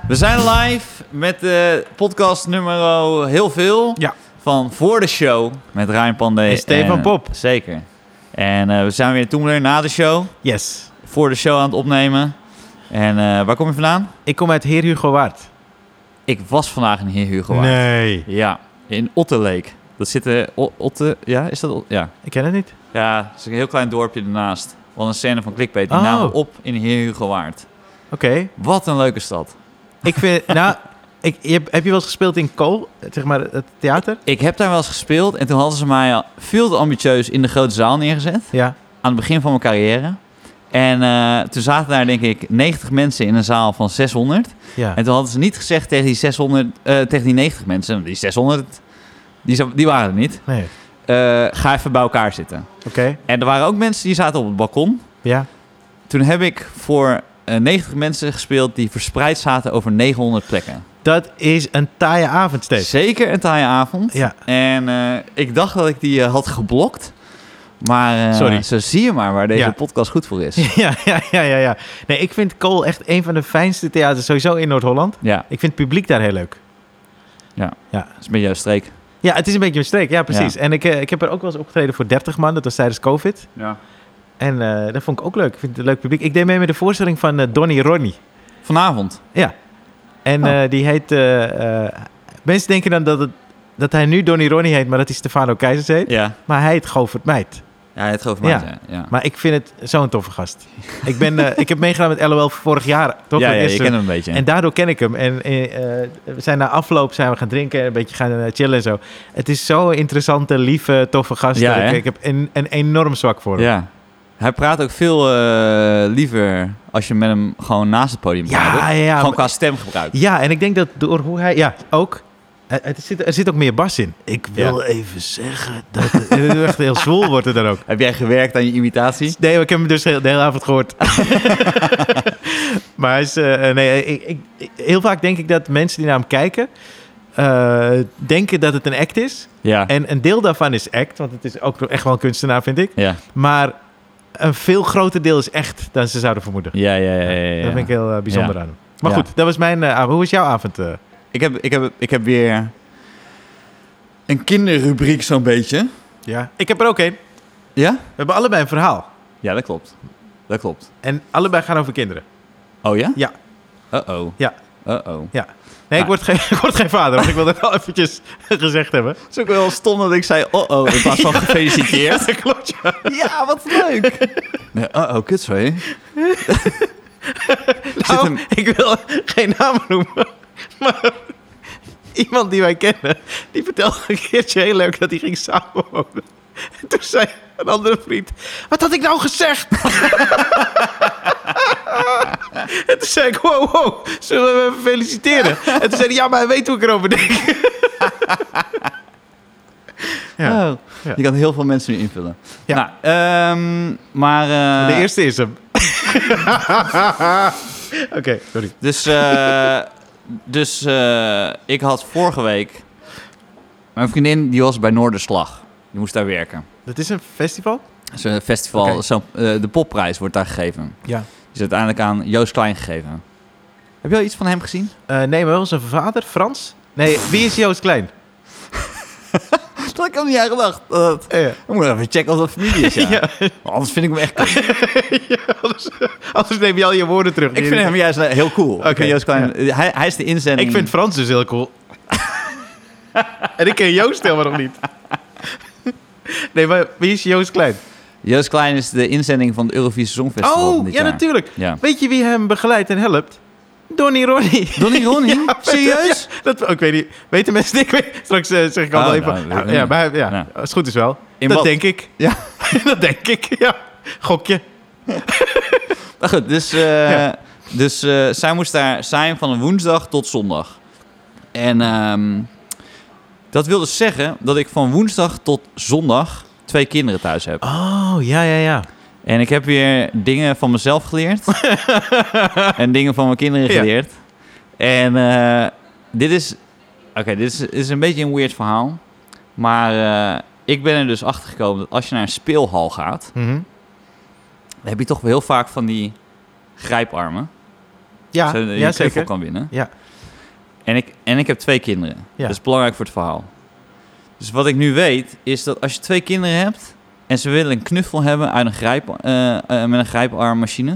We zijn live met de podcast nummer heel veel van Voor de Show met Ryan Pandey en Stefan Pop. Zeker. En we zijn weer toen na de show. Yes. Voor de show aan het opnemen. En waar kom je vandaan? Ik kom uit Heer Hugo Waard. Ik was vandaag in Heer Hugo Waard. Nee. Ja, in Otterleek. Dat zit Otte... Ja, is dat... Ja. Ik ken het niet. Ja, het is een heel klein dorpje ernaast. Wat een scène van Clickbait. Die namen op in Heer Hugo Waard. Oké. Wat een leuke stad. Ik vind... heb je wel eens gespeeld in Kool? Zeg maar het theater? Ik heb daar wel eens gespeeld. En toen hadden ze mij veel te ambitieus in de grote zaal neergezet. Ja. Aan het begin van mijn carrière. En toen zaten daar denk ik 90 mensen in een zaal van 600. Ja. En toen hadden ze niet gezegd tegen die 600, tegen die 90 mensen. Die 600, die waren er niet. Nee. Ga even bij elkaar zitten. Oké. En er waren ook mensen die zaten op het balkon. Ja. Toen heb ik voor 90 mensen gespeeld die verspreid zaten over 900 plekken. Dat is een taaie avond steeds. Zeker een taaie avond. Ja. En ik dacht dat ik die had geblokt. Maar Sorry. zo zie je maar waar deze podcast goed voor is. Ja. Nee, ik vind Kool echt een van de fijnste theaters sowieso in Noord-Holland. Ja. Ik vind het publiek daar heel leuk. Ja. Dat is een beetje jouw streek. Ja, het is een beetje een streek. Ja, precies. Ja. En ik heb er ook wel eens opgetreden voor 30 man. Dat was tijdens COVID. Ja. En dat vond ik ook leuk. Ik vind het een leuk publiek. Ik deed mee met de voorstelling van Donnie Ronnie. Vanavond? Ja. En die heet... mensen denken dan dat hij nu Donnie Ronnie heet, maar dat hij Stefano Keizers heet. Ja. Maar hij heet Govert Meid. Ja, het geloof mij. Ja. Maar ik vind het zo'n toffe gast. Ik heb meegedaan met LOL vorig jaar. Toch? Ja, je kent hem een beetje. En daardoor ken ik hem. En we zijn na afloop gaan drinken, een beetje gaan chillen en zo. Het is zo'n interessante, lieve, toffe gast. Ja, ik heb een enorm zwak voor hem. Ja. Hij praat ook veel liever als je met hem gewoon naast het podium praat. Ja. Gewoon qua stemgebruik. Ja, en ik denk dat door hoe hij... Ja, ook... Er zit ook meer bas in. Ik wil even zeggen dat het echt heel zwoel wordt het dan ook. Heb jij gewerkt aan je imitatie? Nee, ik heb hem dus de hele avond gehoord. Maar hij is... heel vaak denk ik dat mensen die naar hem kijken... denken dat het een act is. Ja. En een deel daarvan is act, want het is ook echt wel een kunstenaar, vind ik. Ja. Maar een veel groter deel is echt dan ze zouden vermoeden. Ja. Dat vind ik heel bijzonder aan hem. Maar goed, dat was mijn avond. Hoe was jouw avond? Ik heb weer een kinderrubriek zo'n beetje. Ja. Ik heb er ook een. Ja? We hebben allebei een verhaal. Ja, dat klopt. En allebei gaan over kinderen. Oh ja? Ja. Uh-oh. Ja. Uh-oh. Ja. Nee, ik word geen vader, want ik wil dat wel eventjes gezegd hebben. Het is ook wel stom dat ik zei oh in plaats van gefeliciteerd. Dat klopt, ja. Ja, wat leuk. Nee, kut zo, hè? Ik wil geen naam noemen, maar iemand die wij kennen, die vertelde een keertje heel leuk dat hij ging samenwonen. En toen zei een andere vriend, wat had ik nou gezegd? En toen zei ik, wow, zullen we hem even feliciteren? En toen zei hij, ja, maar hij weet hoe ik erover denk. Ja. Je kan heel veel mensen nu invullen. Ja. Nou, maar... De eerste is hem. Oké, sorry. Dus ik had vorige week... Mijn vriendin die was bij Noorderslag. Die moest daar werken. Dat is een festival? Dat is een festival. Okay. De popprijs wordt daar gegeven. Ja. Die is uiteindelijk aan Joost Klein gegeven. Heb je al iets van hem gezien? Nee, maar wel zijn vader, Frans. Nee, wie is Joost Klein? Dat had ik al niet aan gedacht. Ik moet even checken of dat familie is, ja. Anders vind ik hem echt cool. Anders neem je al je woorden terug. Ik vind hem juist heel cool. Okay. Joost Klein, hij is de inzending... Ik vind Frans dus heel cool. En ik ken Joost helemaal nog niet. Nee, maar wie is Joost Klein? Joost Klein is de inzending van het Eurovisie Songfestival van dit jaar. Natuurlijk. Ja. Weet je wie hem begeleidt en helpt? Donnie Ronnie. Donnie Ronnie? Ja, serieus? Ja, ik weet niet. Weten mensen dit? Straks zeg ik al wel even. Maar als het goed is wel. Dat denk ik. Ja. Dat denk ik, ja. Gokje. Maar goed, dus zij moest daar zijn van een woensdag tot zondag. En dat wil dus zeggen dat ik van woensdag tot zondag 2 kinderen thuis heb. Oh, ja. En ik heb weer dingen van mezelf geleerd. En dingen van mijn kinderen geleerd. En dit is een beetje een weird verhaal. Maar ik ben er dus achter gekomen dat als je naar een speelhal gaat... Mm-hmm. dan heb je toch wel heel vaak van die grijparmen. Ja, zodat je zeker. kan winnen. Ja. En ik heb 2 kinderen. Ja. Dat is belangrijk voor het verhaal. Dus wat ik nu weet, is dat als je 2 kinderen hebt... en ze willen een knuffel hebben uit met een grijparmmachine...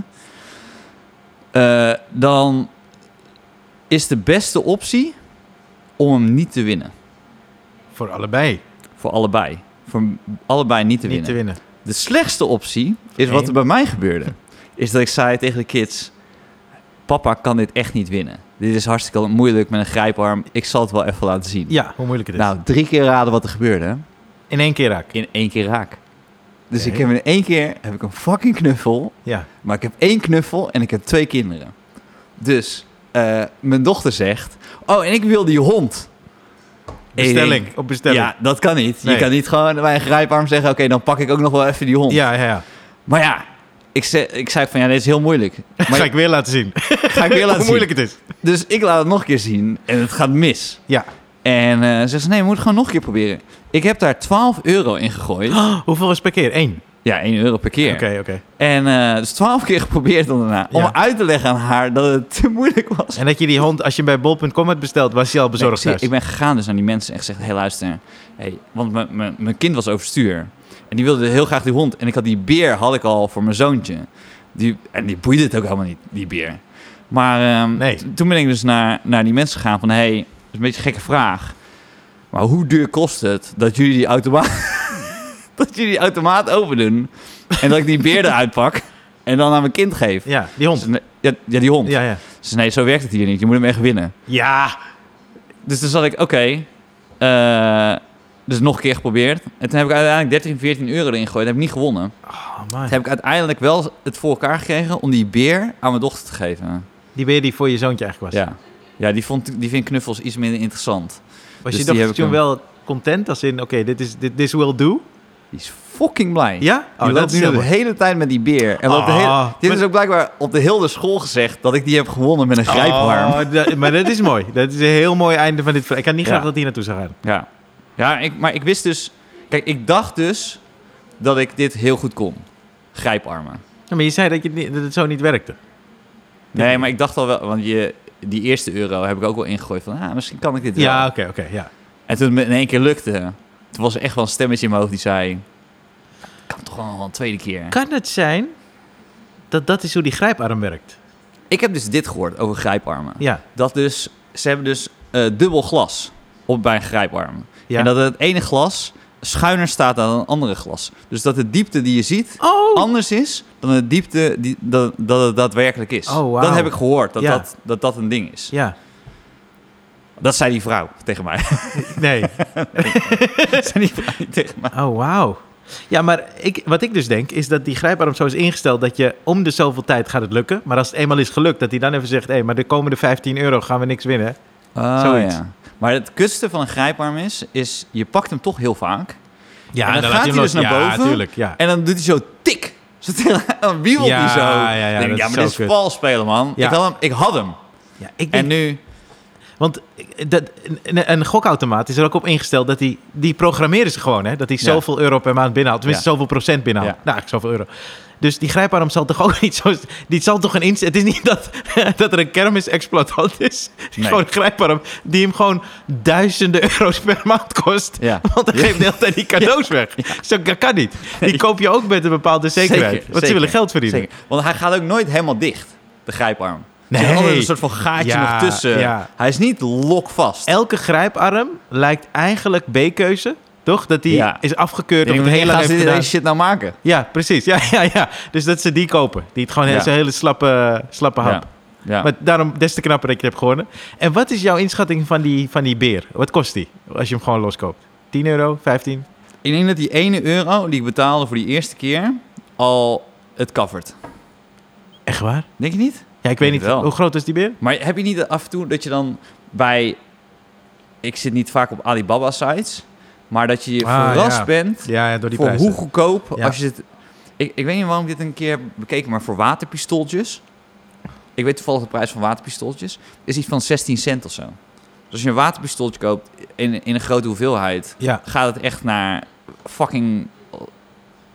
dan is de beste optie om hem niet te winnen. Voor allebei. Voor allebei. Voor allebei niet te Niet te winnen. winnen. De slechtste optie is wat er bij mij gebeurde. Is dat ik zei tegen de kids... Papa kan dit echt niet winnen. Dit is hartstikke moeilijk met een grijparm. Ik zal het wel even laten zien. Ja, hoe moeilijk het is. Nou, 3 keer raden wat er gebeurde. In 1 keer raak. In 1 keer raak. Dus Oké. ik heb in 1 keer een fucking knuffel. Ja. Maar ik heb 1 knuffel en ik heb 2 kinderen. Dus mijn dochter zegt... Oh, en ik wil die hond. Bestelling. Op bestelling. Ja, dat kan niet. Nee. Je kan niet gewoon bij een grijparm zeggen... Oké, dan pak ik ook nog wel even die hond. Ja. Maar ja, ik zei van... Ja, dit is heel moeilijk. Maar Ga ik weer laten zien. ga ik weer laten Hoe zien. moeilijk het is. Dus ik laat het nog een keer zien. En het gaat mis. Ja. En ze zegt... Nee, we moeten gewoon nog een keer proberen. Ik heb daar €12 in gegooid. Hoeveel is per keer? 1. Ja, €1 per keer. Oké. En dus 12 keer geprobeerd dan daarna. Om Ja. uit te leggen aan haar dat het te moeilijk was. En dat je die hond, als je hem bij bol.com had besteld, was hij al bezorgd Nee, thuis. ik ben gegaan dus naar die mensen en gezegd... Hey, luister. Want mijn kind was overstuur. En die wilde heel graag die hond. En ik had die beer al voor mijn zoontje. En die boeide het ook helemaal niet, die beer. Maar Nee. toen ben ik dus naar die mensen gegaan van... Hey, dat is een beetje een gekke vraag. Maar hoe duur kost het dat jullie die automaat... dat jullie die automaat open doen... en dat ik die beer eruit pak... en dan aan mijn kind geef? Ja, die hond. Ze zei, ja, die hond. Ja. Ze zei, nee, zo werkt het hier niet. Je moet hem echt winnen. Ja. Dus toen zat ik, oké. Dus nog een keer geprobeerd. En toen heb ik uiteindelijk €13, €14 erin gegooid. Dat heb ik niet gewonnen. Oh Toen man. heb ik uiteindelijk wel het voor elkaar gekregen... om die beer aan mijn dochter te geven. Die beer die voor je zoontje eigenlijk was. Ja, die vindt knuffels iets minder interessant. Was Dus je die heb dochter ik toen hem- wel content? Als in, oké, this will do? Die is fucking blij. Ja? Die loopt nu heel de mooi. hele tijd met die beer. En loopt dit is ook blijkbaar op de hele school gezegd... dat ik die heb gewonnen met een grijparm. Maar dat is mooi. Dat is een heel mooi einde van dit verhaal. Ik had niet Ja. graag dat hij naartoe zou gaan. Ja, maar ik wist dus... Kijk, ik dacht dus dat ik dit heel goed kon. Grijparmen. Ja, maar je zei dat het zo niet werkte. Nee, maar ik dacht al wel... Want die eerste euro heb ik ook wel ingegooid van... misschien kan ik dit wel. Ja, oké, ja. En toen het in één keer lukte... Toen was er echt wel een stemmetje in mijn hoofd die zei... Kan toch wel een tweede keer. Kan het zijn dat is hoe die grijparm werkt? Ik heb dus dit gehoord over grijparmen. Ja. Dat dus... Ze hebben dus dubbel glas bij een grijparm. Ja. En dat het ene glas schuiner staat dan een andere glas. Dus dat de diepte die je ziet Oh! anders is dan de diepte dat het daadwerkelijk is. Oh, wauw. Dat heb ik gehoord, Ja. dat een ding is. Ja. Dat zei die vrouw tegen mij. Nee. Dat zei die vrouw niet tegen mij. Oh, wauw. Ja, maar wat ik dus denk, is dat die grijparm zo is ingesteld dat je om de zoveel tijd gaat het lukken. Maar als het eenmaal is gelukt, dat hij dan even zegt... maar de komende €15 gaan we niks winnen. Zoiets. Ja. Maar het kutste van een grijparm is... Je pakt hem toch heel vaak. Ja, En dan laat gaat hem hij dus los. naar boven. Ja, tuurlijk, ja. En dan doet hij zo tik. Dan wiebelt Ja, hij zo. ja, Dan denk ik, dat is maar zo dit is kut. vals spelen, man. Ja. Ik had hem. Ja, ik denk, En nu... want een gokautomaat is er ook op ingesteld dat die programmeren ze gewoon, hè? Dat hij Ja. zoveel euro per maand binnenhaalt. Tenminste, zoveel procent binnenhaalt. Ja. Nou, eigenlijk zoveel euro. Dus die grijparm zal toch ook niet zo... Die zal toch het is niet dat er een kermisexploitant is. Nee. Gewoon een grijparm die hem gewoon duizenden euro's per maand kost. Ja. Want hij geeft de hele tijd die cadeaus weg. Zo, dat kan niet. Die koop je ook met een bepaalde zekerheid. Want ze willen geld verdienen. Zeker. Want hij gaat ook nooit helemaal dicht, de grijparm. Nee. Er zit altijd een soort van gaatje Ja, nog tussen. ja. Hij is niet lokvast. Elke grijparm lijkt eigenlijk B-keuze. Toch? Dat die Ja. is afgekeurd Ik of denk, het heel lang gaan heeft ze gedaan. deze shit nou maken? Ja, precies. Ja. Dus dat ze die kopen. Die het gewoon Ja. zo'n hele slappe hap. Ja. Maar daarom des te knapper dat je het hebt gewonnen. En wat is jouw inschatting van die beer? Wat kost die als je hem gewoon loskoopt? €10, 15? Ik denk dat die €1 die ik betaalde voor die eerste keer al het covert. Echt waar? Denk je niet? Ja, ik weet niet. Wel. Hoe groot is die beer? Maar heb je niet af en toe dat je dan bij... Ik zit niet vaak op Alibaba-sites... maar dat je verrast ja. bent Ja, door die voor prijzen. hoe goedkoop... Ja. Als je het, ik weet niet waarom ik dit een keer heb bekeken... maar voor waterpistooltjes... Ik weet toevallig de prijs van waterpistooltjes... is iets van 16 cent of zo. Dus als je een waterpistooltje koopt in een grote hoeveelheid... Ja. gaat het echt naar fucking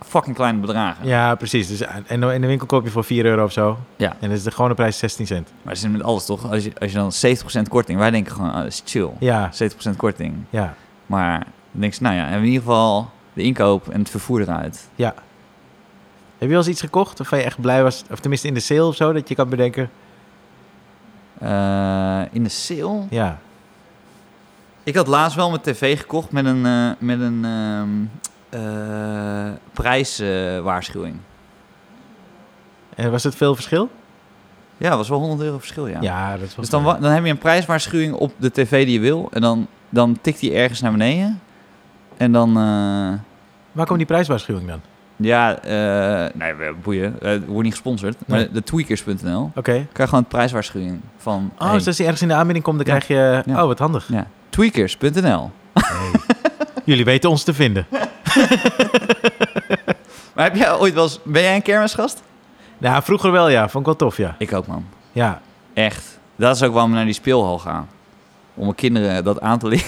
fucking kleine bedragen. Ja, precies. Dus, en in de winkel koop je voor €4 of zo. Ja. En dat is de gewone prijs 16 cent. Maar het is met alles toch? Als je dan 70% korting... Wij denken gewoon, dat is chill. Ja. 70% korting. Ja. Maar dan denk je, nou ja, hebben we in ieder geval de inkoop en het vervoer eruit. Ja. Heb je wel eens iets gekocht waarvan je echt blij was? Of tenminste in de sale of zo, dat je kan bedenken? In de sale? Ja. Ik had laatst wel mijn tv gekocht met een prijswaarschuwing. En was het veel verschil? Ja, dat was wel €100 verschil, ja. Ja, dat is wel Dus dan heb je een prijswaarschuwing op de tv die je wil. En dan tikt die ergens naar beneden. En dan... Waar komt die prijswaarschuwing dan? Ja, nee, boeien. Het wordt niet gesponsord. Maar Nee. de tweakers.nl. Oké. Krijg je gewoon een prijswaarschuwing van... Oh, dus als die ergens in de aanbieding komt, dan Ja. krijg je... Ja. Oh, wat handig. Ja, tweakers.nl. Hey. Jullie weten ons te vinden. Maar heb jij ooit wel eens... Ben jij een kermisgast? Nou, vroeger wel, ja. Vond ik wel tof, ja. Ik ook, man. Ja. Echt. Dat is ook waarom we naar die speelhal gaan. Om mijn kinderen dat aan te leren.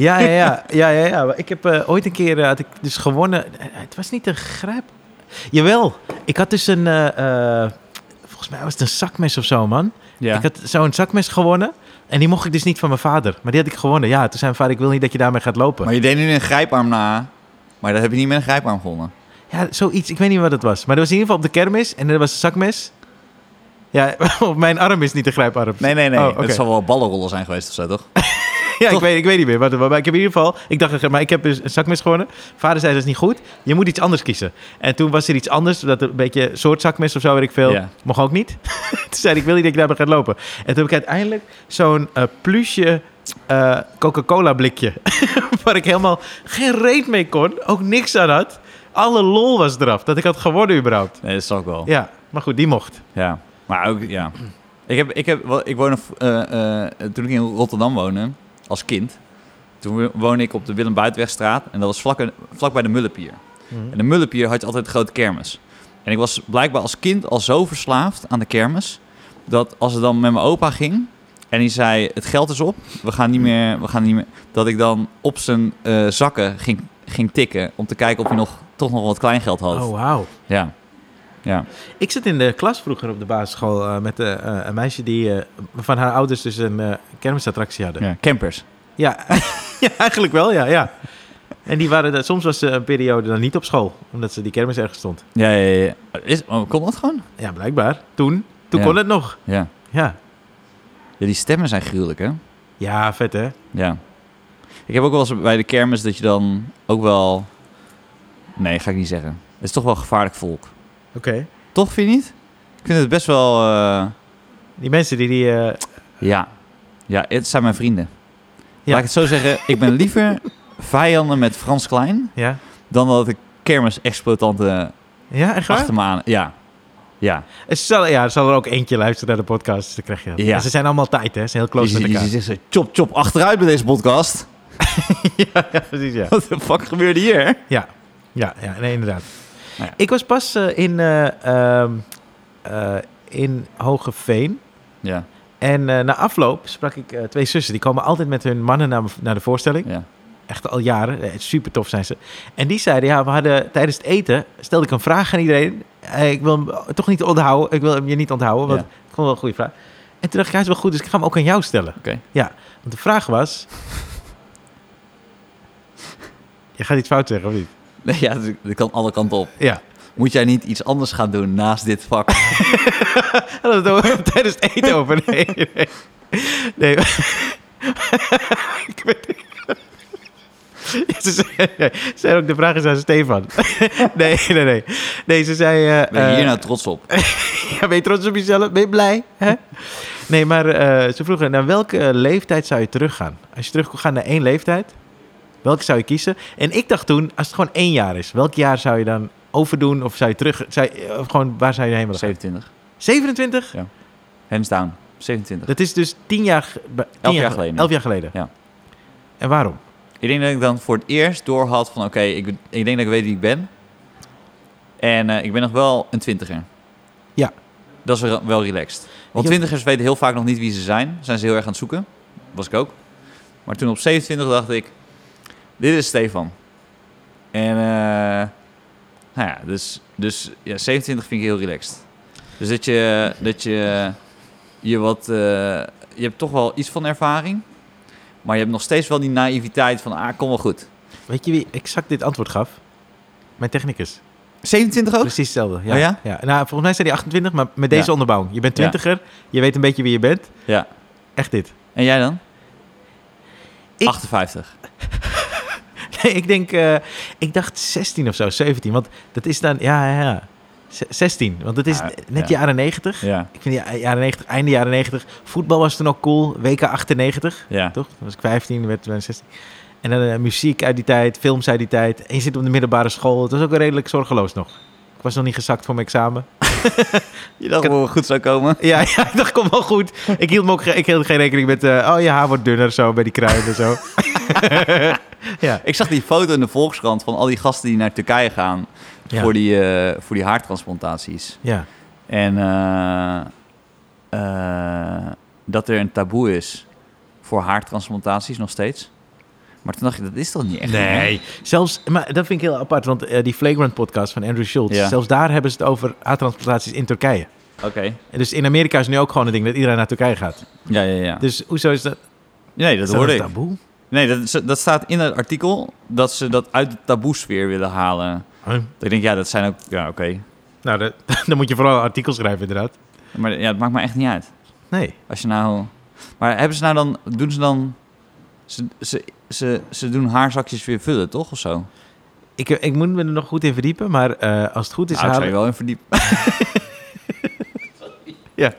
Ja. Maar ik heb ooit een keer had ik dus gewonnen. Het was niet een grijp. Jawel. Ik had dus een... volgens mij was het een zakmes of zo, man. Ja. Ik had zo'n zakmes gewonnen. En die mocht ik dus niet van mijn vader. Maar die had ik gewonnen. Ja, toen zei mijn vader, ik wil niet dat je daarmee gaat lopen. Maar je deed nu een grijparm na. Maar dat heb je niet met een grijparm gewonnen. Ja, zoiets. Ik weet niet wat het was. Maar dat was in ieder geval op de kermis. En er was een zakmes. Ja, op mijn arm is niet de grijparm. Nee. Oh, oké. Het zal wel ballenrollen zijn geweest of zo, toch? Ja, Toch? ik weet niet meer wat het was. Maar ik heb in ieder geval... Ik dacht, maar ik heb dus een zakmes gewonnen. Vader zei, dat is niet goed. Je moet iets anders kiezen. En toen was er iets anders. Dat een beetje een soort zakmes of zo, weet ik veel. Ja. Mocht ook niet. Toen zei ik wil niet dat je daarbij gaat lopen. En toen heb ik uiteindelijk zo'n plusje Coca-Cola blikje. Waar ik helemaal geen reet mee kon. Ook niks aan had. Alle lol was eraf. Dat ik had gewonnen überhaupt. Nee, dat zal ik wel. Ja, maar goed, die mocht. Ja. Maar ook, ja. Ik woonde, toen ik in Rotterdam woonde, als kind, toen woonde ik op de Willem Buitenwegstraat en dat was vlak bij de Mullepier. En de Mullepier had je altijd een grote kermis. En ik was blijkbaar als kind al zo verslaafd aan de kermis, dat als het dan met mijn opa ging en die zei, het geld is op, we gaan niet meer, dat ik dan op zijn zakken ging tikken om te kijken of hij toch nog wat kleingeld had. Oh, wauw. Ja. Ja. Ik zat in de klas vroeger op de basisschool met een meisje die van haar ouders dus een kermisattractie hadden. Ja. Campers. Ja. Ja, eigenlijk wel, ja. En die waren soms was ze een periode dan niet op school, omdat ze die kermis ergens stond. Ja. Kon dat gewoon? Ja, blijkbaar. Toen Ja. kon het nog. Ja. Ja. Ja, die stemmen zijn gruwelijk, hè? Ja, vet hè? Ja. Ik heb ook wel eens bij de kermis dat je dan ook wel... Nee, ga ik niet zeggen. Het is toch wel gevaarlijk volk. Oké. Toch, vind je niet? Ik vind het best wel... Die mensen die... Ja, het zijn mijn vrienden. Ja. Laat ik het zo zeggen. Ik ben liever vijanden met Frans Klein... Ja? dan dat ik kermisexploitanten Ja, echt waar? achter me aan... Ja. Er zal er ook eentje luisteren naar de podcast, dus dan krijg je dat. Ja. En ze zijn allemaal tijd, hè? Ze zijn heel close met elkaar. Die zegt zo, chop achteruit bij deze podcast. Ja, precies, ja. Wat de fuck gebeurde hier? Ja, nee, inderdaad. Nou ja. Ik was pas in Hogeveen. Ja. En na afloop sprak ik 2 zussen. Die komen altijd met hun mannen naar de voorstelling. Ja. Echt al jaren. Super tof zijn ze. En die zeiden, ja, we hadden tijdens het eten... stelde ik een vraag aan iedereen. Ik wil hem toch niet onthouden. Ik wil hem je niet onthouden, want Ja. ik vond het wel een goede vraag. En toen dacht ik, hij is wel goed, dus ik ga hem ook aan jou stellen. Oké. Ja, want de vraag was... Je gaat iets fout zeggen, of niet? Nee, ja, dat kan alle kanten op. Ja. Moet jij niet iets anders gaan doen naast dit vak? Hadden we het over, tijdens het eten over? Nee. Ik weet niet. Ja, ze zei ook, de vraag is aan Stefan. Nee. Nee, ze zei... Ben je hier nou trots op? Ja, ben je trots op jezelf? Ben je blij? Hè? Nee, maar ze vroegen, naar welke leeftijd zou je teruggaan? Als je terug kon gaan naar 1 leeftijd, welke zou je kiezen? En ik dacht toen, als het gewoon 1 jaar is, welk jaar zou je dan overdoen? Of zou je terug... of gewoon, waar zou je heen willen gaan? 27. 27? Ja. Hands down. 27. Dat is dus 10 jaar... 11 jaar geleden. 11 jaar geleden. Ja. En waarom? Ik denk dat ik dan voor het eerst doorhad van... Oké, ik denk dat ik weet wie ik ben. En ik ben nog wel een 20er. Ja. Dat is wel relaxed. Want 20ers weten heel vaak nog niet wie ze zijn. Zijn ze heel erg aan het zoeken. Was ik ook. Maar toen op 27 dacht ik... Dit is Stefan. En Nou ja, dus 27 vind ik heel relaxed. Dus dat je wat... je hebt toch wel iets van ervaring. Maar je hebt nog steeds wel die naïviteit van... kom wel goed. Weet je wie exact dit antwoord gaf? Mijn technicus. 27 ook? Precies hetzelfde. Ja. Oh ja? Ja. Nou, volgens mij zei hij 28, maar met deze onderbouwing. Je bent 20er, je weet een beetje wie je bent. Ja. Echt dit. En jij dan? 58. Nee, ik dacht 16 of zo, 17. Want dat is dan, 16. Want het is net jaren 90. Ja. Ik vind jaren 90, einde jaren 90. Voetbal was toen ook cool. WK 98. Ja. Toch? Dan was ik 15, werd 16. En dan muziek uit die tijd, films uit die tijd. En je zit op de middelbare school. Het was ook redelijk zorgeloos nog. Ik was nog niet gezakt voor mijn examen. Je dacht wel goed zou komen? Ja, ik dacht, kom wel goed. Ik hield geen rekening met... je haar wordt dunner zo bij die kruiden en zo. Ja. Ik zag die foto in de Volkskrant van al die gasten die naar Turkije gaan... voor die haartransplantaties. Ja. En dat er een taboe is voor haartransplantaties nog steeds. Maar toen dacht je, dat is toch niet echt? Nee, zelfs, maar dat vind ik heel apart, want die Flagrant podcast van Andrew Schultz, zelfs daar hebben ze het over haartransplantaties in Turkije. Oké. Dus in Amerika is nu ook gewoon een ding dat iedereen naar Turkije gaat. Ja. Dus hoezo is dat? Nee, dat hoorde ik. Taboe? Nee, dat staat in het artikel dat ze dat uit de taboesfeer willen halen. Ik denk, dat zijn ook... Ja, oké. Nou, dan moet je vooral een artikel schrijven, inderdaad. Maar ja, het maakt me echt niet uit. Nee. Als je nou... Maar hebben ze nou dan... Doen ze dan... Ze doen haarzakjes weer vullen, toch? Of zo? Ik moet me er nog goed in verdiepen, maar als het goed is... Ik zou je wel in verdiepen. Ja.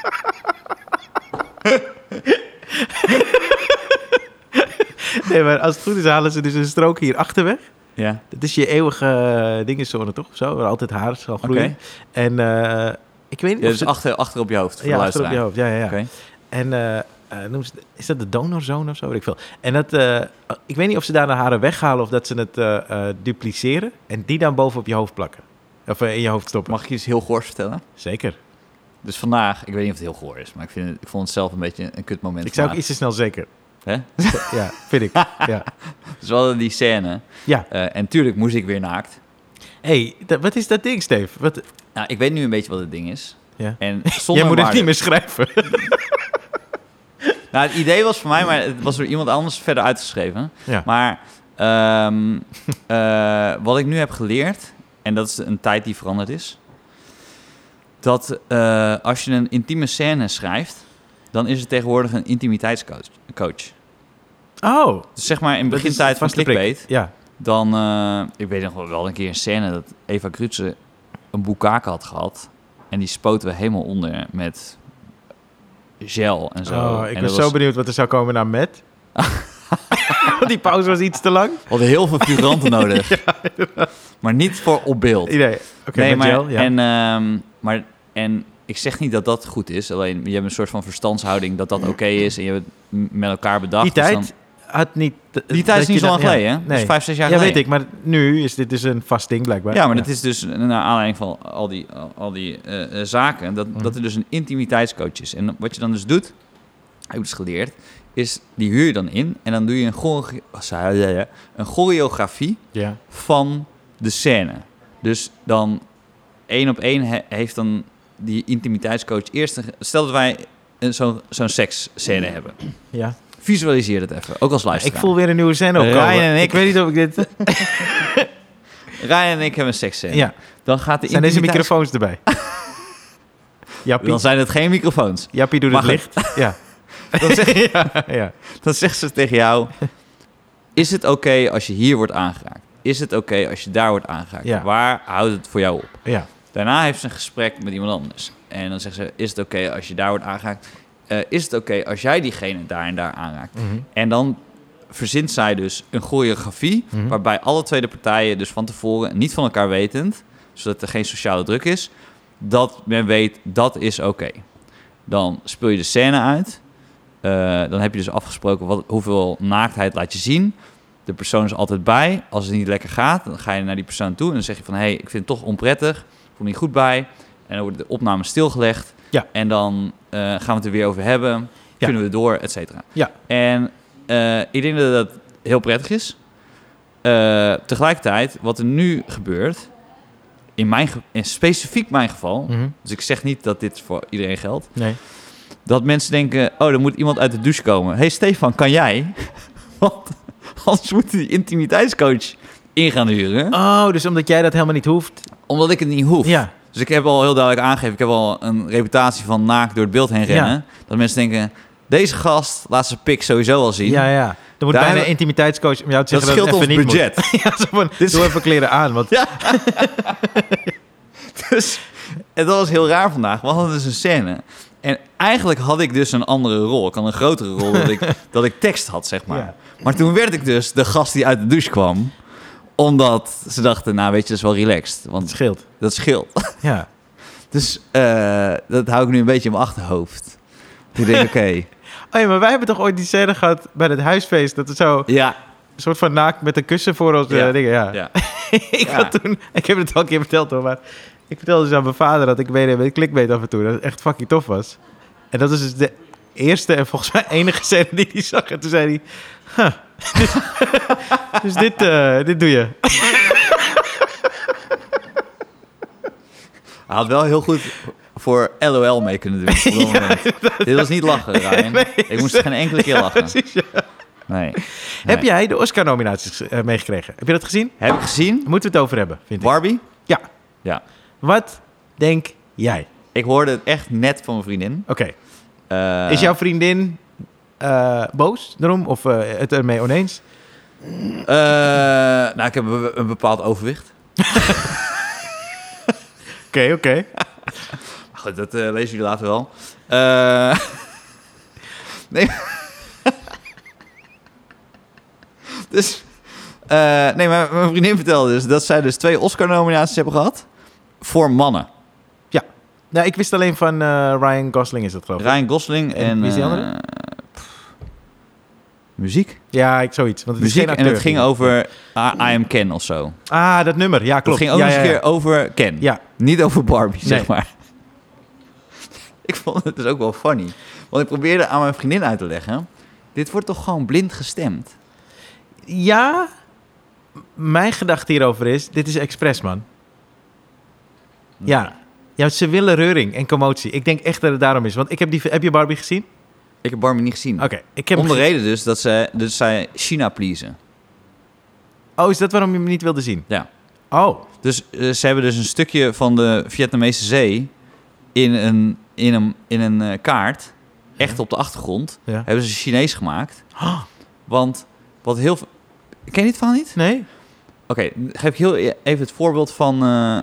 Nee, maar als het goed is halen ze dus een strook hier achterweg. Ja. Dat is je eeuwige dingenzone, toch? Of zo, waar altijd haar zal groeien. Okay. En ik weet niet of dus achter op je hoofd. Voor achter op je hoofd, ja. Okay. En is dat de donorzone of zo? Weet ik veel. En dat, ik weet niet of ze daar de haren weghalen of dat ze het dupliceren en die dan boven op je hoofd plakken. Of in je hoofd stoppen. Mag ik je iets heel goors vertellen? Zeker. Dus vandaag, ik weet niet of het heel goor is, maar ik vond het zelf een beetje een kut moment. Ik zou ook iets te snel zeker. Hè? Ja, vind ik. Ja. Dus we hadden die scène. Ja. En tuurlijk moest ik weer naakt. Hé, wat is dat ding, Steve? Wat... Nou, ik weet nu een beetje wat het ding is. Ja. En jij moet het niet meer schrijven. Nou, het idee was voor mij, maar het was door iemand anders verder uitgeschreven. Ja. Maar wat ik nu heb geleerd, en dat is een tijd die veranderd is, dat als je een intieme scène schrijft, dan is het tegenwoordig een intimiteitscoach. Oh. Dus zeg maar in begintijd van Clickbait, ja. Dan, ik weet nog wel een keer een scène dat Eva Krutse een boekake had gehad. En die spoten we helemaal onder met gel en zo. Oh, ik ben zo benieuwd wat er zou komen naar Matt. Die pauze was iets te lang. We hadden heel veel figuranten nodig. Ja, maar niet voor op beeld. Nee, okay, maar, gel, ja. En ik zeg niet dat dat goed is. Alleen je hebt een soort van verstandshouding dat dat oké is. En je hebt het met elkaar bedacht. Die tijd... Dus dan... Die tijd is niet zo lang geleden, hè? Nee. Dus 5-6 jaar geleden. Ja, weet ik. Maar nu is dit dus een vast ding, blijkbaar. Ja, maar dat is dus naar aanleiding van al die zaken... dat er dus een intimiteitscoach is. En wat je dan dus doet, heb ik dus geleerd... is die huur je dan in... en dan doe je een choreografie van de scène. Dus dan 1 op 1 heeft dan die intimiteitscoach eerst... Stel dat wij zo'n seksscène hebben. Ja. Visualiseer het even, ook als luisteraar. Ik voel weer een nieuwe scène opkomen. Ryan en ik weet niet of ik dit... Ryan en ik hebben een seksscène. Ja. Dan gaat de zijn deze microfoons erbij? Jappie. Dan zijn het geen microfoons. Jappie doet het licht. Ja. Dan zegt ze tegen jou... Is het oké als je hier wordt aangeraakt? Is het oké als je daar wordt aangeraakt? Ja. Waar houdt het voor jou op? Ja. Daarna heeft ze een gesprek met iemand anders. En dan zegt ze... Is het oké als je daar wordt aangeraakt? Is het oké als jij diegene daar en daar aanraakt? Mm-hmm. En dan verzint zij dus een choreografie... Mm-hmm. waarbij alle twee de partijen dus van tevoren... niet van elkaar wetend... zodat er geen sociale druk is... dat men weet, dat is oké. Dan speel je de scène uit... dan heb je dus afgesproken hoeveel naaktheid laat je zien. De persoon is altijd bij. Als het niet lekker gaat, dan ga je naar die persoon toe... en dan zeg je van, hey, ik vind het toch onprettig. Ik voel me niet goed bij. En dan wordt de opname stilgelegd. Ja. En dan gaan we het er weer over hebben. Kunnen we door, et cetera. Ja. En ik denk dat dat heel prettig is. Tegelijkertijd, wat er nu gebeurt... in specifiek mijn geval... Mhm. Dus ik zeg niet dat dit voor iedereen geldt. Nee. Dat mensen denken, er moet iemand uit de douche komen. Hey Stefan, kan jij? Want anders moet die intimiteitscoach in gaan huren. Oh, dus omdat jij dat helemaal niet hoeft. Omdat ik het niet hoef. Ja. Dus ik heb al heel duidelijk aangegeven... ik heb al een reputatie van naakt door het beeld heen rennen. Ja. Dat mensen denken... deze gast laat zijn pik sowieso al zien. Ja. Er moet Daar bijna een hebben- intimiteitscoach om jou te Dat zeggen scheelt dat het ons even niet budget. moet. Ja, zo van, doe even kleren aan. Want... Ja. Dus, en dat was heel raar vandaag. We hadden dus een scène. En eigenlijk had ik dus een andere rol. Ik had een grotere rol dat ik tekst had, zeg maar. Ja. Maar toen werd ik dus de gast die uit de douche kwam. Omdat ze dachten, nou weet je, dat is wel relaxed. Het Want scheelt. dat scheelt. Ja. Dus dat hou ik nu een beetje in mijn achterhoofd. Ik denk, oké. Oh ja, maar wij hebben toch ooit die scène gehad bij het huisfeest. Dat het zo Ja, een soort van naakt met een kussen voor ons Ja. dingen. Ja. ja. Ik heb het al een keer verteld hoor, maar ik vertelde dus aan mijn vader dat ik meedeed met clickbait af en toe. Dat het echt fucking tof was. En dat is dus de eerste en volgens mij enige scène die hij zag. En toen zei hij, dus dit doe je. Hij had wel heel goed voor LOL mee kunnen doen. Op dat moment. Dit was niet lachen, Ryan. Nee, Ik moest geen enkele keer lachen. Precies, ja. Nee. Heb jij de Oscar-nominaties meegekregen? Heb je dat gezien? Heb ik gezien? Daar moeten we het over hebben, vind ik. Barbie? Ja. Ja. Wat denk jij? Ik hoorde het echt net van mijn vriendin. Oké. Eh, Is jouw vriendin boos daarom? Of het ermee oneens? nou, ik heb een bepaald overwicht. Oké. Maar goed, dat lezen jullie later wel. Nee. Dus... nee, maar mijn vriendin vertelde dus dat zij dus 2 Oscar-nominaties hebben gehad. Voor mannen. Nou, ik wist alleen van Ryan Gosling is dat geloof ik. Ryan Gosling En en... wie is die andere? Muziek. Ja, zoiets. Want het is Muziek geen en acteur. het ging over I Am Ken of zo. Ah, dat nummer. Ja, klopt. Het ging ook ja, eens een ja, keer over Ken. Ja. Niet over Barbie, zeg Nee. maar. Ik vond het dus ook wel funny. Want ik probeerde aan mijn vriendin uit te leggen... dit wordt toch gewoon blind gestemd? Ja, mijn gedachte hierover is, dit is expres, man. Ja. Ja, ze willen reuring en commotie. Ik denk echt dat het daarom is. Want heb je Barbie gezien? Ik heb Barbie niet gezien. Oké. Ik heb Om de hem reden dus dat zij China pleasen. Oh, is dat waarom je hem niet wilde zien? Ja. Oh. Dus ze hebben dus een stukje van de Vietnamese zee... in een kaart, echt op de achtergrond... Ja. hebben ze Chinees gemaakt. Oh, Want wat heel veel... Ken je het van niet? nee? Oké, geef ik heel even het voorbeeld van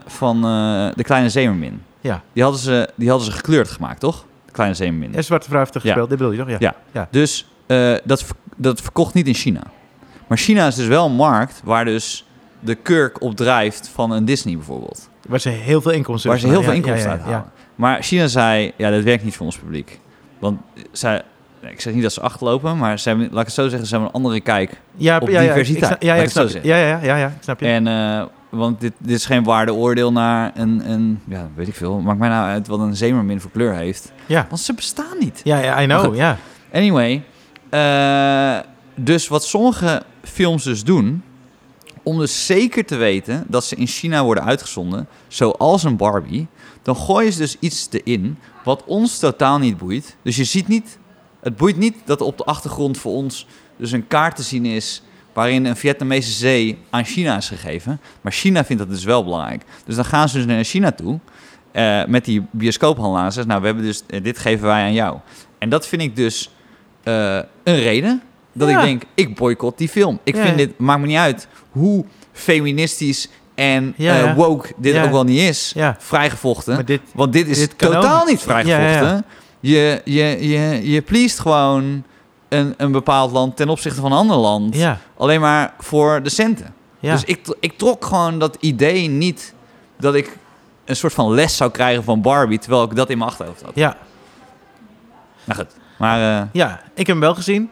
De Kleine Zeemermin. Ja. Die hadden ze gekleurd gemaakt, toch? De Kleine Zeemermin. En Zwarte Vrouw heeft er Ja. gespeeld. Dit bedoel je toch? Ja. Ja. Ja. Dus dat verkocht niet in China. Maar China is dus wel een markt waar dus de kurk op drijft van een Disney bijvoorbeeld. Waar ze heel veel inkomsten Waar ze heel veel ja, inkomsten ja, uit ja, halen. Maar China zei, ja, dat werkt niet voor ons publiek. Want ik zeg niet dat ze achterlopen, maar ze hebben, laat ik het zo zeggen, ze hebben een andere kijk Ja, op ja, diversiteit. Ja, Laat ik ik het zo snap je. zeggen. Ja, ik snap je. En, want dit is geen waardeoordeel naar een, ja, weet ik veel. Maakt mij nou uit wat een zeemermin voor kleur heeft. Ja. Want ze bestaan niet. Ja, I Maar know, goed. ja. Anyway, dus wat sommige films dus doen, om dus zeker te weten dat ze in China worden uitgezonden, zoals een Barbie, dan gooien ze dus iets erin wat ons totaal niet boeit. Dus je ziet niet, het boeit niet dat er op de achtergrond voor ons dus een kaart te zien is waarin een Vietnamese zee aan China is gegeven. Maar China vindt dat dus wel belangrijk. Dus dan gaan ze dus naar China toe met die bioscoophandelaar en zeggen, nou, we hebben dus, dit geven wij aan jou. En dat vind ik dus een reden dat ik denk, ik boycott die film. Ik vind dit, maakt me niet uit hoe feministisch en woke dit ook wel niet is. Ja. Vrijgevochten. Maar dit, Want dit is dit kan totaal ook. niet vrijgevochten. Je pleest gewoon een bepaald land ten opzichte van een ander land. Ja. Alleen maar voor de centen. Ja. Dus ik trok gewoon dat idee niet dat ik een soort van les zou krijgen van Barbie, terwijl ik dat in mijn achterhoofd had. Ja. Nou goed. Maar Ja, ik heb hem wel gezien.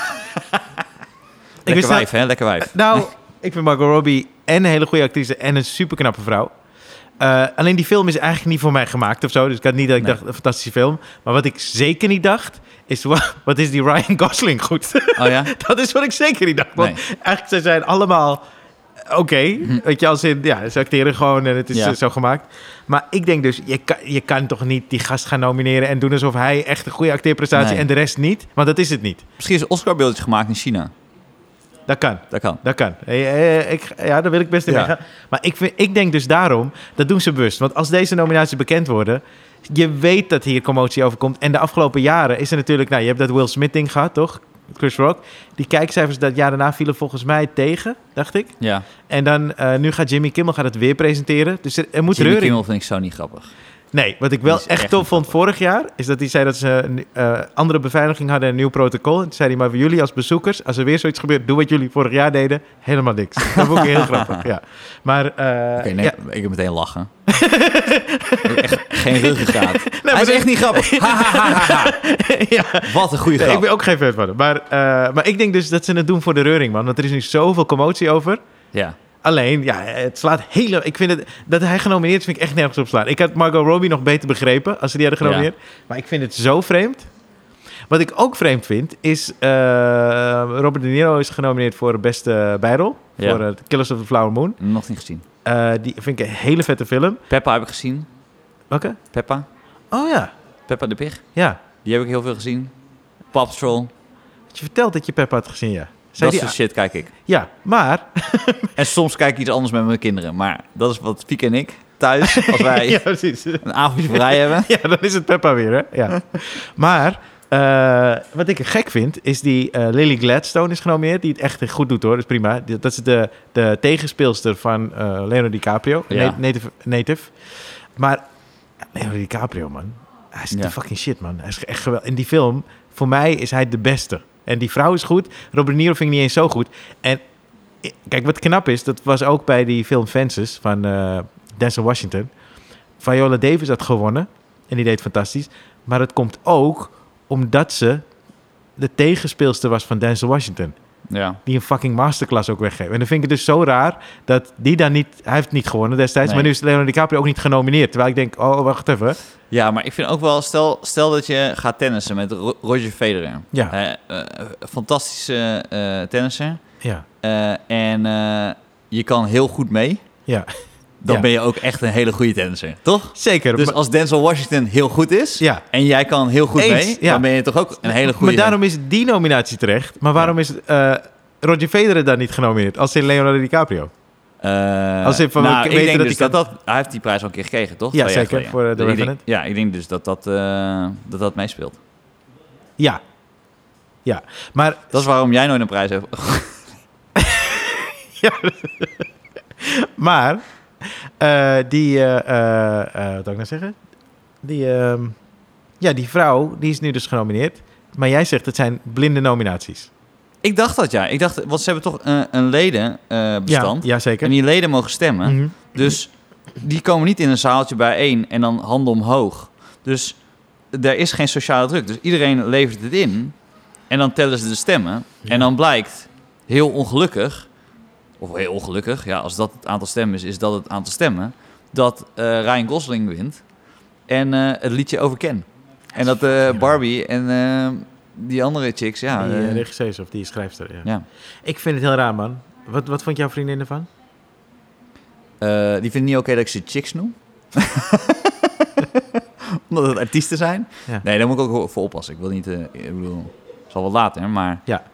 lekker wijf, hè? Lekker wijf. Nou, ik vind Margot Robbie en een hele goede actrice en een superknappe vrouw. Alleen die film is eigenlijk niet voor mij gemaakt of zo. Dus ik had niet dat ik dacht, een fantastische film. Maar wat ik zeker niet dacht, is wat is die Ryan Gosling goed? Oh ja? Dat is wat ik zeker niet dacht. Want Nee. eigenlijk ze zijn allemaal Oké, weet je, als in, ja, ze acteren gewoon en het is zo gemaakt. Maar ik denk dus, je kan toch niet die gast gaan nomineren en doen alsof hij echt een goede acteerprestatie en de rest niet? Want dat is het niet. Misschien is een Oscar-beeldje gemaakt in China. Dat kan. Dat kan. Daar wil ik best in meegaan. Maar ik denk dus daarom, dat doen ze bewust. Want als deze nominaties bekend worden, je weet dat hier commotie over komt. En de afgelopen jaren is er natuurlijk, je hebt dat Will Smith ding gehad, toch? Chris Rock. Die kijkcijfers dat jaar daarna vielen volgens mij tegen, dacht ik. Ja. En dan, nu gaat Jimmy Kimmel het weer presenteren. Dus er moet Jimmy reuring. Kimmel vind ik zo niet grappig. Nee, wat ik wel echt tof vond vorig jaar, is dat hij zei dat ze een andere beveiliging hadden en een nieuw protocol. En toen zei hij, maar voor jullie als bezoekers, als er weer zoiets gebeurt, doe wat jullie vorig jaar deden. Helemaal niks. Dat vond ik heel grappig, ja. Maar ik heb meteen lachen. Echt geen ruggengraat. Nee, hij is echt niet grappig. Ja. Wat een goede grap. Ik ben ook geen fan van hem. Maar ik denk dus dat ze het doen voor de reuring, man. Want er is nu zoveel commotie over. Ja. Alleen, het slaat ik vind het, dat hij genomineerd is, vind ik echt nergens op slaan. Ik had Margot Robbie nog beter begrepen als ze die hadden genomineerd. Ja. Maar ik vind het zo vreemd. Wat ik ook vreemd vind, is Robert De Niro is genomineerd voor de beste bijrol. Ja. Voor Killers of the Flower Moon. Nog niet gezien. Die vind ik een hele vette film. Peppa heb ik gezien. Welke? Peppa. Oh ja. Peppa de Pig. Ja. Die heb ik heel veel gezien. Paw Patrol. Had je verteld dat je Peppa had gezien, ja. Dat soort shit kijk ik. Ja, maar... En soms kijk ik iets anders met mijn kinderen. Maar dat is wat Fieke en ik thuis, als wij een avondje vrij hebben. Ja, dan is het Peppa weer, hè? Ja. Maar wat ik gek vind, is die Lily Gladstone is genomineerd. Die het echt goed doet, hoor. Dat is prima. Dat is de tegenspeelster van Leonardo DiCaprio. Ja. Native. Maar Leonardo DiCaprio, man. Hij is de fucking shit, man. Hij is echt geweldig. In die film, voor mij is hij de beste. En die vrouw is goed. Robert De Niro vind ik niet eens zo goed. En kijk, wat knap is, dat was ook bij die film Fences van Denzel Washington. Viola Davis had gewonnen. En die deed fantastisch. Maar het komt ook omdat ze de tegenspeelster was van Denzel Washington. Ja. Die een fucking masterclass ook weggeeft. En dan vind ik het dus zo raar dat die dan niet... Hij heeft niet gewonnen destijds, nee. Maar nu is Leonardo DiCaprio ook niet genomineerd. Terwijl ik denk, oh, wacht even. Ja, maar ik vind ook wel... Stel dat je gaat tennissen met Roger Federer. Ja. Fantastische tennisser. Ja. En je kan heel goed mee. Ja. Dan ben je ook echt een hele goede tennisser, toch? Zeker. Dus als Denzel Washington heel goed is... en jij kan heel goed mee... dan ben je toch ook een hele goede... Maar daarom is die nominatie terecht. Maar waarom is Roger Federer dan niet genomineerd? Als in Leonardo DiCaprio? Ik denk dus dat hij heeft die prijs al een keer gekregen, toch? Ja, zeker. Voor de Revenant. Ik denk dus dat meespeelt. Ja. Ja, maar... Dat is waarom jij nooit een prijs hebt. Ja. Maar... wat wil ik nou zeggen? Die vrouw, die is nu dus genomineerd. Maar jij zegt, het zijn blinde nominaties. Ik dacht dat, ja. Want ze hebben toch een ledenbestand. Ja, zeker. En die leden mogen stemmen. Mm-hmm. Dus die komen niet in een zaaltje bijeen en dan handen omhoog. Dus er is geen sociale druk. Dus iedereen levert het in. En dan tellen ze de stemmen. Ja. En dan blijkt, heel ongelukkig... Of heel ongelukkig, ja, als dat het aantal stemmen is dat het aantal stemmen... dat Ryan Gosling wint en het liedje over Ken. En dat Barbie en die andere chicks, ja... Die regisseurs of die schrijfster, ja. Ik vind het heel raar, man. Wat vond jouw vriendin ervan? Die vindt het niet oké dat ik ze chicks noem. Omdat het artiesten zijn. Ja. Nee, daar moet ik ook voor oppassen. Ik wil niet... ik bedoel, het zal wel later, maar... Ja.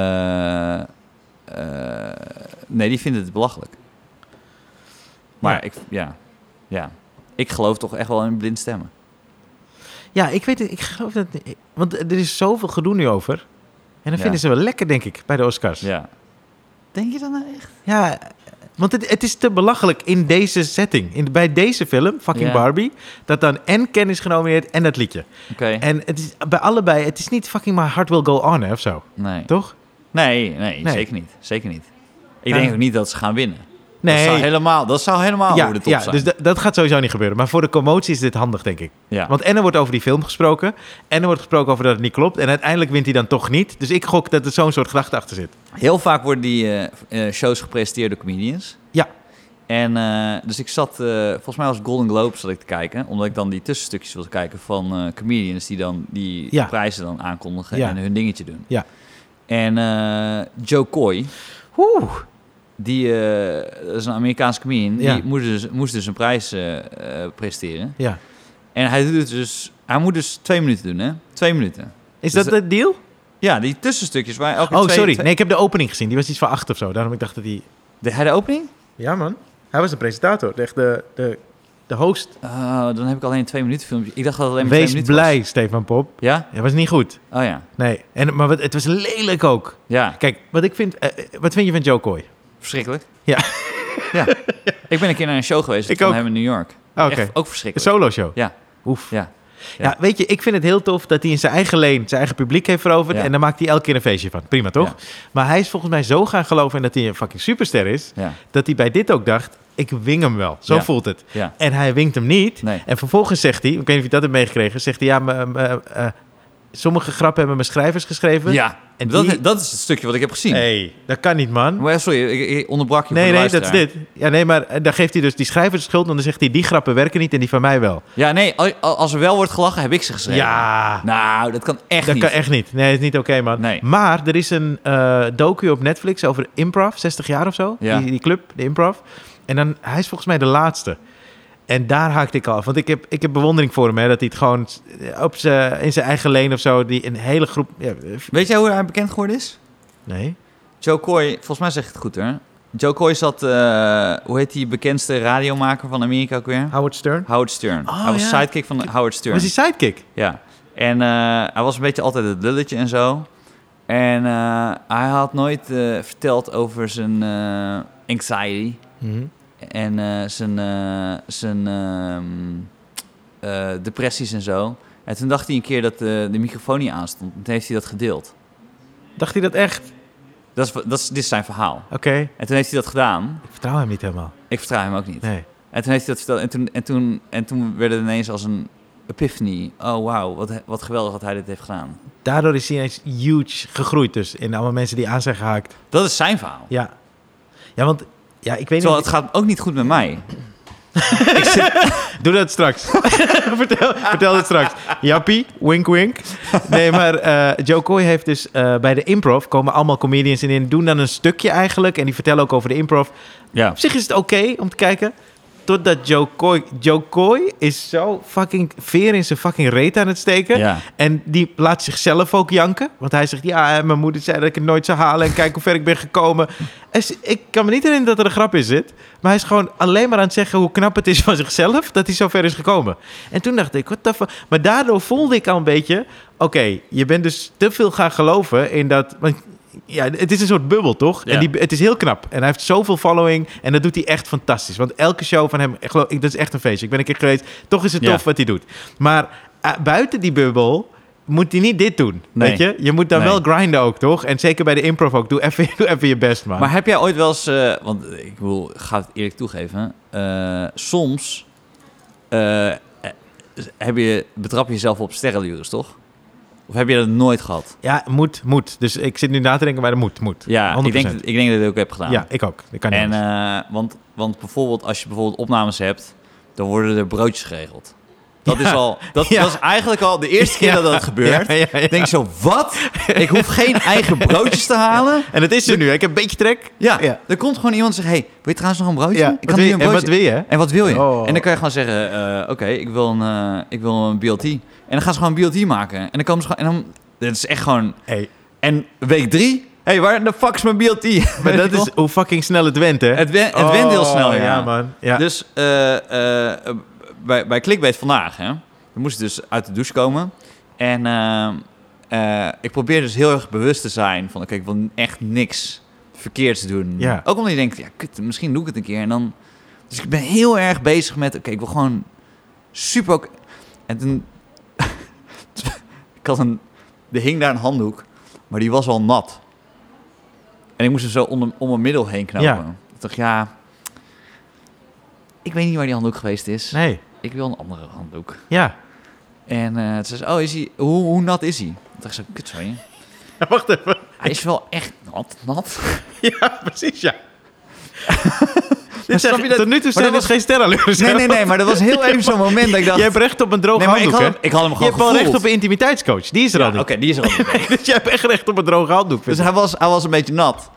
Nee, die vinden het belachelijk. Maar ik geloof toch echt wel in blind stemmen. Ja, ik weet het. Ik geloof dat... Want er is zoveel gedoe nu over. En dan vinden ze wel lekker, denk ik, bij de Oscars. Ja. Denk je dan nou echt? Ja, want het is te belachelijk in deze setting. Bij deze film, fucking Barbie... dat dan en Ken is genomineerd en dat liedje. Okay. En het is bij allebei... Het is niet fucking My Heart Will Go On, hè, of zo. Nee. Toch? Nee, zeker niet. Zeker niet. Ik denk ook niet dat ze gaan winnen. Nee. Dat zou helemaal over de top zijn. Dus dat gaat sowieso niet gebeuren. Maar voor de commotie is dit handig, denk ik. Ja. Want en er wordt over die film gesproken. En er wordt gesproken over dat het niet klopt. En uiteindelijk wint hij dan toch niet. Dus ik gok dat er zo'n soort gedachte achter zit. Heel vaak worden die shows gepresenteerd door comedians. Ja. En dus ik zat, volgens mij was Golden Globes zat ik te kijken. Omdat ik dan die tussenstukjes wilde kijken van comedians die dan die prijzen dan aankondigen en hun dingetje doen. Ja. En Joe Coy. dat is een Amerikaanse comedian, Ja. die moest dus een prijs presteren. Ja. En hij moet dus 2 minuten doen, hè? 2 minuten. Is Dus dat de deal? Ja, die tussenstukjes waar elke Oh, twee... sorry. Nee, ik heb de opening gezien. Die was iets van 8 of zo. Daarom ik dacht dat hij... De opening? Ja, man. Hij was de presentator. Echt de host. Dan heb ik alleen een 2 minuten filmpje. Ik dacht dat het alleen maar 2 Wees minuten blij, Stefan Pop. was. Ja? Dat was niet goed. Oh ja. Nee. Maar het was lelijk ook. Ja, Kijk, wat vind je van Joe Coy? verschrikkelijk. Ja. Ja. Ik ben een keer naar een show geweest Ik van ook. hem in New York. Oh, oké. Echt ook Een verschrikkelijk. solo show. Ja. Oef. Ja. Ja, weet je, ik vind het heel tof dat hij in zijn eigen lane zijn eigen publiek heeft veroverd. Ja. En dan maakt hij elke keer een feestje van. Prima, toch? Ja. Maar hij is volgens mij zo gaan geloven in dat hij een fucking superster is. Ja. Dat hij bij dit ook dacht, ik wing hem wel. Zo Ja. voelt het. Ja. En hij winkt hem niet. Nee. En vervolgens zegt hij, ik weet niet of je dat hebt meegekregen, zegt hij, sommige grappen hebben mijn schrijvers geschreven. Ja. En Dat is het stukje wat ik heb gezien. Nee, dat kan niet, man. Maar sorry, ik onderbrak je voor Nee, de dat is luisteraar. dit. Ja, nee, maar dan geeft hij dus die schrijvers de schuld. En dan zegt hij, die grappen werken niet en die van mij wel. Ja, nee, als er wel wordt gelachen, heb ik ze geschreven. Ja, Nou, dat kan echt dat niet. kan echt niet. Nee, dat is niet oké, man. Nee. Maar er is een docu op Netflix over improv, 60 jaar of zo. Ja. Die club, de improv. En dan, hij is volgens mij de laatste. En daar haakte ik af. Want ik heb bewondering voor hem, hè, dat hij het gewoon in zijn eigen lane of zo, die een hele groep... Ja, Weet jij hoe hij bekend geworden is? nee. Joe Coy, volgens mij zeg ik het goed hoor. Joe Coy zat, hoe heet die bekendste radiomaker van Amerika ook weer? Howard Stern. Howard Stern. Oh, Hij was ja. sidekick van Howard Stern. Was hij sidekick? Ja. En hij was een beetje altijd het lulletje en zo. En hij had nooit verteld over zijn anxiety. Mhm. En zijn depressies en zo. En toen dacht hij een keer dat de microfoon niet aanstond. Toen heeft hij dat gedeeld. Dacht hij dat echt? Dit is zijn verhaal. Oké. En toen heeft hij dat gedaan. Ik vertrouw hem niet helemaal. Ik vertrouw hem ook niet. Nee. En toen heeft hij dat verteld. En toen werd het ineens als een epiphany. Oh, wauw, wat geweldig dat hij dit heeft gedaan. Daardoor is hij ineens huge gegroeid dus. In allemaal mensen die aan zijn gehaakt. Dat is zijn verhaal. Ja. Ja, want... Ja, ik weet Terwijl niet... het gaat ook niet goed met mij. Doe dat straks. vertel het straks. Jappie, wink wink. Nee, maar Joe Coy heeft dus bij de improv... komen allemaal comedians in, doen dan een stukje eigenlijk... en die vertellen ook over de improv. Ja. Op zich is het oké om te kijken... totdat Joe Coy is zo fucking veer in zijn fucking reet aan het steken. Ja. En die laat zichzelf ook janken. Want hij zegt, ja, mijn moeder zei dat ik het nooit zou halen... en kijk hoe ver ik ben gekomen. Ik kan me niet herinneren dat er een grap in zit... maar hij is gewoon alleen maar aan het zeggen... hoe knap het is van zichzelf dat hij zo ver is gekomen. En toen dacht ik, what the fuck? Maar daardoor voelde ik al een beetje... oké, je bent dus te veel gaan geloven in dat... Want ja, het is een soort bubbel, toch? Ja. En het is heel knap. En hij heeft zoveel following. En dat doet hij echt fantastisch. Want elke show van hem, dat is echt een feestje. Ik ben een keer geweest. Toch is het tof wat hij doet. Maar buiten die bubbel moet hij niet dit doen. Nee. Weet je? Je moet dan wel grinden ook, toch? En zeker bij de improv ook. Doe even je best, man. Maar heb jij ooit wel eens... want ik ga het eerlijk toegeven. Soms betrap je jezelf op sterrenlures, toch? Of heb je dat nooit gehad? Ja, moet. Dus ik zit nu na te denken, maar dat moet. Ja, 100%. ik denk dat ik dat ook heb gedaan. Ja, ik ook. Dat kan niet En, anders. want bijvoorbeeld, als je bijvoorbeeld opnames hebt, dan worden er broodjes geregeld. Dat Ja. is al, dat Ja. is eigenlijk al de eerste keer dat dat gebeurt. Ja. Denk ik zo, wat? Ik hoef geen eigen broodjes te halen. En het is er nu. Hè? Ik heb een beetje trek. Ja, Ja. er komt gewoon iemand en zegt, hey, wil je trouwens nog een broodje? Ja. Ik kan nu een broodje. En wat wil je? En wat wil je? Oh. En dan kan je gewoon zeggen, oké, ik wil een BLT. En dan gaan ze gewoon een BLT maken. En dan komen ze gewoon, en dan, dat is echt gewoon... Hey. En week 3, hey, waar de fuck is mijn BLT? Maar dat is hoe fucking snel het went, hè? Het went heel snel, ja. Ja, man. Ja. Dus bij Clickbait vandaag, hè, we moesten dus uit de douche komen. En ik probeer dus heel erg bewust te zijn van... oké, ik wil echt niks verkeerds doen. Ja. Ook omdat je denkt, ja, kut, misschien doe ik het een keer. En dan, dus ik ben heel erg bezig met... oké, ik wil gewoon super... En toen... er hing daar een handdoek, maar die was al nat. En ik moest hem zo om mijn middel heen knopen. Ja. Ik dacht, ja... ik weet niet waar die handdoek geweest is. Nee. Ik wil een andere handdoek. Ja. En toen zei ze, is hij, hoe nat is hij? Toen dacht ik zo, kut van je. Wacht even. Hij is wel echt nat. Ja, precies, ja. Snap je dat? Tot nu toe zijn dat dus geen sterrenlures. Nee, maar dat was heel even zo'n moment dat ik dacht... Je hebt recht op een droge Nee, maar handdoek, hè? ik had hem Je gewoon hebt wel recht gevoeld. op een intimiteitscoach. Die is er al Ja, niet. oké, die is er al niet. Dus jij hebt echt recht op een droge handdoek. Dus hij was een beetje nat.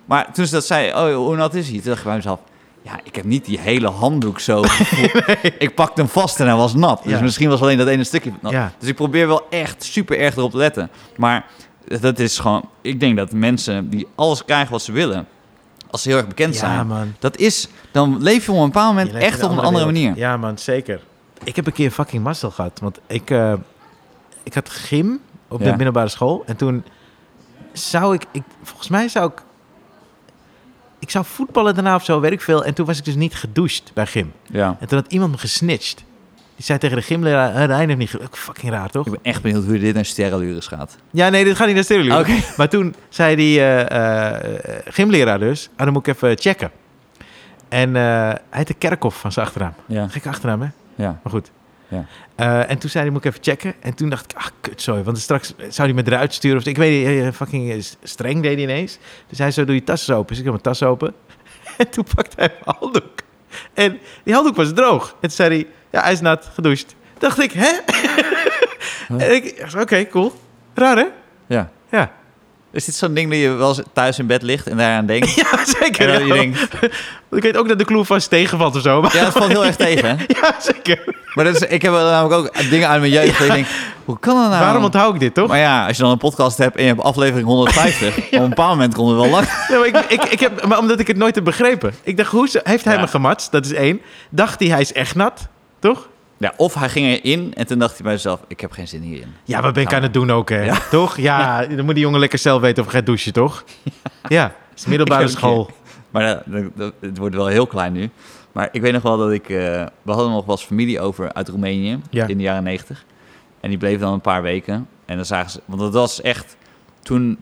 Maar toen ze dat zei, oh, hoe nat is hij? Toen dacht ik bij mezelf, ja, ik heb niet die hele handdoek zo gevoeld. Nee. Ik pakte hem vast en hij was nat. Dus misschien was alleen dat ene stukje nat. Ja. Dus ik probeer wel echt super erg erop te letten. Maar dat is gewoon... Ik denk dat mensen die alles krijgen wat ze willen, als ze heel erg bekend zijn, man. Dan leef je op een bepaald moment echt op een andere manier. Ja, man, zeker. Ik heb een keer fucking mazzel gehad. Want ik had gym op de middelbare school. En toen zou volgens mij zou ik zou voetballen daarna of zo, weet ik veel. En toen was ik dus niet gedoucht bij gym. Ja. En toen had iemand me gesnitcht. Die zei tegen de gymleraar, Rijn heeft niet gedoucht. Fucking raar, toch? Ik ben echt benieuwd hoe dit naar sterrenlures gaat. Ja, nee, dit gaat niet naar sterrenlures. Okay. Maar toen zei die gymleraar dus, dan moet ik even checken. En hij heette Kerkhoff van zijn achternaam. Ja. Gekke achternaam, hè? Ja. Maar goed. Ja. En toen zei hij, moet ik even checken. En toen dacht ik, kutzooi. Want straks zou hij me eruit sturen. Of ik weet niet, fucking streng deed hij ineens. Dus hij zo, doe je tas open. Dus ik heb mijn tas open. En toen pakte hij mijn handdoek. En die handdoek was droog. En toen zei hij, ja, hij is nat, gedoucht. Dacht ik, hè? En ik, oké, cool. Raar, hè? Ja. Ja. Is dit zo'n ding dat je wel eens thuis in bed ligt en daaraan denkt? Ja, zeker. En je denkt... Ik weet ook dat de kloe vast tegenvalt of zo. Maar... Ja, dat valt heel erg tegen, hè? Ja, zeker. Maar ik heb namelijk ook dingen uit mijn jeugd. Ja. Ik denk, hoe kan dat nou? Waarom onthoud ik dit, toch? Maar ja, als je dan een podcast hebt en je hebt aflevering 150... Ja. Op een bepaald moment kon het wel lang. Ja, maar omdat ik het nooit heb begrepen. Ik dacht, hoe heeft hij me gematst? Dat is 1. Dacht hij is echt nat, toch? Ja, of hij ging erin en toen dacht hij bij zichzelf, ik heb geen zin hierin. Ja, wat ben ik aan het doen ook, hè? Ja. Toch? Ja, dan moet die jongen lekker zelf weten of hij gaat douchen, toch? Ja, het is middelbare school. Maar het wordt wel heel klein nu. Maar ik weet nog wel dat we hadden nog wel eens familie over uit Roemenië in de jaren 90. En die bleef dan een paar weken. En dan zagen ze, want dat was echt toen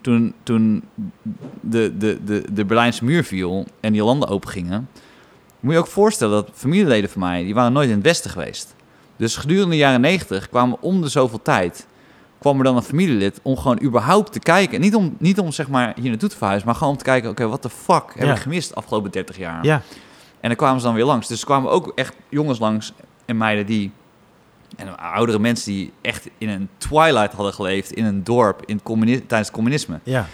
de Berlijnse muur viel en die landen opengingen. Moet je ook voorstellen dat familieleden van mij, die waren nooit in het Westen geweest. Dus gedurende de jaren 90 kwamen om de zoveel tijd, kwam er dan een familielid om gewoon überhaupt te kijken. Niet om zeg maar hier naartoe te verhuizen, maar gewoon om te kijken, oké, wat de fuck heb ik gemist de afgelopen 30 jaar? Ja. En dan kwamen ze dan weer langs. Dus er kwamen ook echt jongens langs en meiden en oudere mensen die echt in een twilight hadden geleefd, in een dorp, tijdens het communisme. Ja.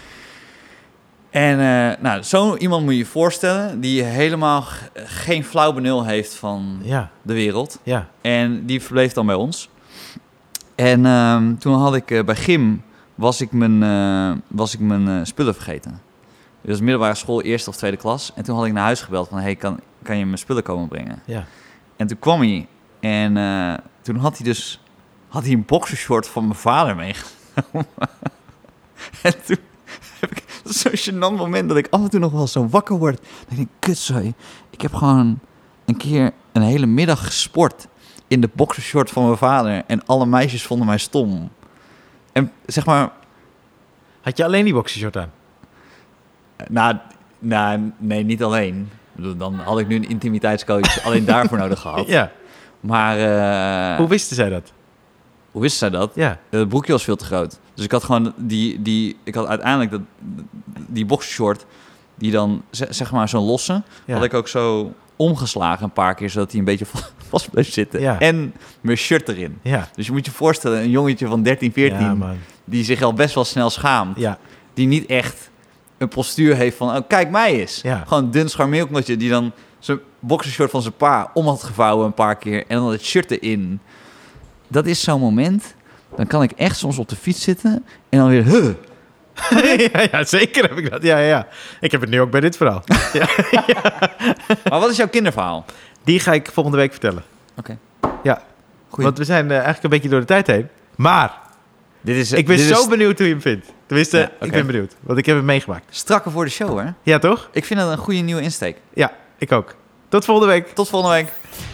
En zo iemand moet je je voorstellen die helemaal geen flauw benul heeft van de wereld. Ja. En die verbleef dan bij ons. En toen had ik bij gym, was ik mijn spullen vergeten. Dus middelbare school, eerste of tweede klas. En toen had ik naar huis gebeld van, hey, kan je mijn spullen komen brengen? Ja. En toen kwam hij en toen had hij een boxershort van mijn vader meegenomen. En toen... Dat is zo'n gênant moment dat ik af en toe nog wel zo wakker word. Dan denk ik, kutzooi. Ik heb gewoon een keer een hele middag gesport in de boxershort van mijn vader. En alle meisjes vonden mij stom. En zeg maar... Had je alleen die boxershort aan? Nee, niet alleen. Dan had ik nu een intimiteitscoach alleen daarvoor nodig gehad. Ja. Maar... Hoe wisten zij dat? Hoe wist zij dat? Ja. Het broekje was veel te groot. Dus ik had gewoon ik had uiteindelijk die boxershort, die dan, zeg maar zo'n losse, had ik ook zo omgeslagen een paar keer, zodat hij een beetje vast bleef zitten. Ja. En mijn shirt erin. Ja. Dus je moet je voorstellen, een jongetje van 13, 14, die zich al best wel snel schaamt. Ja. Die niet echt een postuur heeft van, oh, kijk mij eens. Ja. Gewoon een dun scharmeelknotje die dan zijn boxershort van zijn pa om had gevouwen een paar keer en dan het shirt erin. Dat is zo'n moment, dan kan ik echt soms op de fiets zitten en dan weer... Ja, zeker heb ik dat. Ja. Ik heb het nu ook bij dit verhaal. Ja. Maar wat is jouw kinderverhaal? Die ga ik volgende week vertellen. Oké. Ja, goeie. Want we zijn eigenlijk een beetje door de tijd heen. Maar ik ben zo benieuwd hoe je hem vindt. Tenminste, ik ben benieuwd, want ik heb hem meegemaakt. Strakker voor de show, hè? Ja, toch? Ik vind dat een goede nieuwe insteek. Ja, ik ook. Tot volgende week. Tot volgende week.